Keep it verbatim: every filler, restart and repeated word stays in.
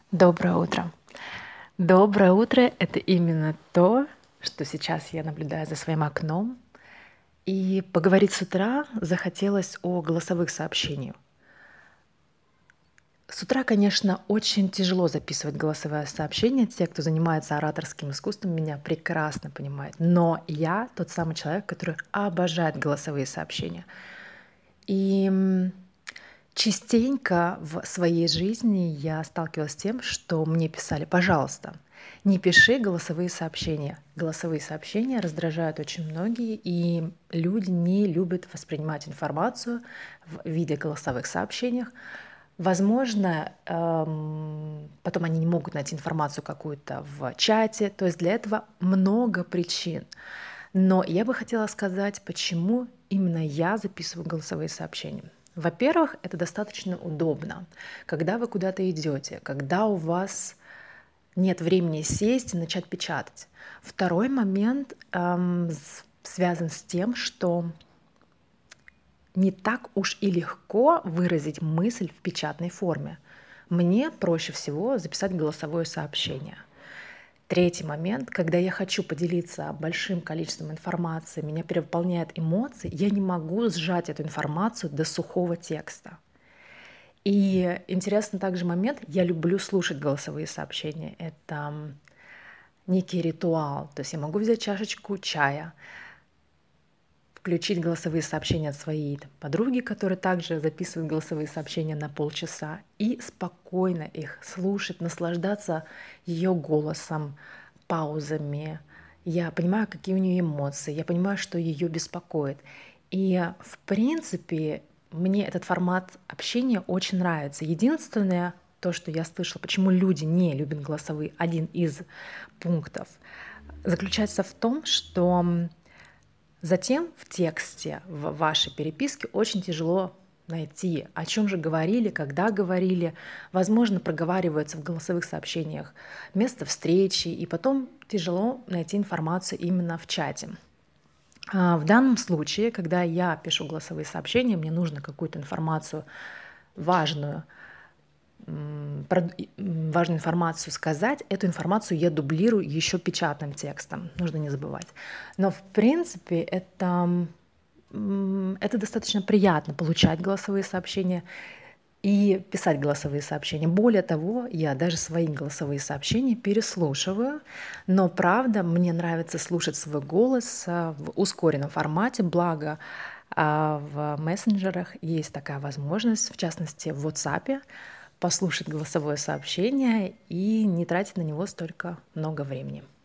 Доброе утро. Доброе утро- это именно то, что сейчас я наблюдаю за своим окном. И поговорить с утра захотелось о голосовых сообщениях. С утра, конечно, очень тяжело записывать голосовые сообщения. Те, кто занимается ораторским искусством, меня прекрасно понимают. Но я тот самый человек, который обожает голосовые сообщения. И м, частенько в своей жизни я сталкивалась с тем, что мне писали: "Пожалуйста, не пиши голосовые сообщения". Голосовые сообщения раздражают очень многие, и люди не любят воспринимать информацию в виде голосовых сообщениях. Возможно, эм, потом они не могут найти информацию какую-то в чате. То есть для этого много причин. Но я бы хотела сказать, почему именно я записываю голосовые сообщения. Во-первых, это достаточно удобно, когда вы куда-то идете, когда у вас нет времени сесть и начать печатать. Второй момент эм, с- связан с тем, что не так уж и легко выразить мысль в печатной форме. Мне проще всего записать голосовое сообщение. Третий момент, когда я хочу поделиться большим количеством информации, меня переполняют эмоции, я не могу сжать эту информацию до сухого текста. И интересный также момент, я люблю слушать голосовые сообщения. Это м, некий ритуал. То есть я могу взять чашечку чая, включить голосовые сообщения от своей там подруги, которая также записывает голосовые сообщения на полчаса, и спокойно их слушать, наслаждаться ее голосом, паузами. Я понимаю, какие у нее эмоции, я понимаю, что ее беспокоит. И, в принципе, мне этот формат общения очень нравится. Единственное, то, что я слышала, почему люди не любят голосовые, один из пунктов, заключается в том, что затем в тексте, в вашей переписке очень тяжело найти, о чем же говорили, когда говорили. Возможно, проговаривается в голосовых сообщениях место встречи, и потом тяжело найти информацию именно в чате. А В данном случае, когда я пишу голосовые сообщения, мне нужно какую-то информацию важную м, прод- и, м, важную информацию сказать, эту информацию я дублирую еще печатным текстом, нужно не забывать. Но в принципе это, м, это достаточно приятно получать голосовые сообщения и писать голосовые сообщения. Более того, я даже свои голосовые сообщения переслушиваю, но правда мне нравится слушать свой голос а, в ускоренном формате, благо а, в мессенджерах есть такая возможность, в частности в WhatsApp, послушать голосовое сообщение и не тратить на него столько много времени.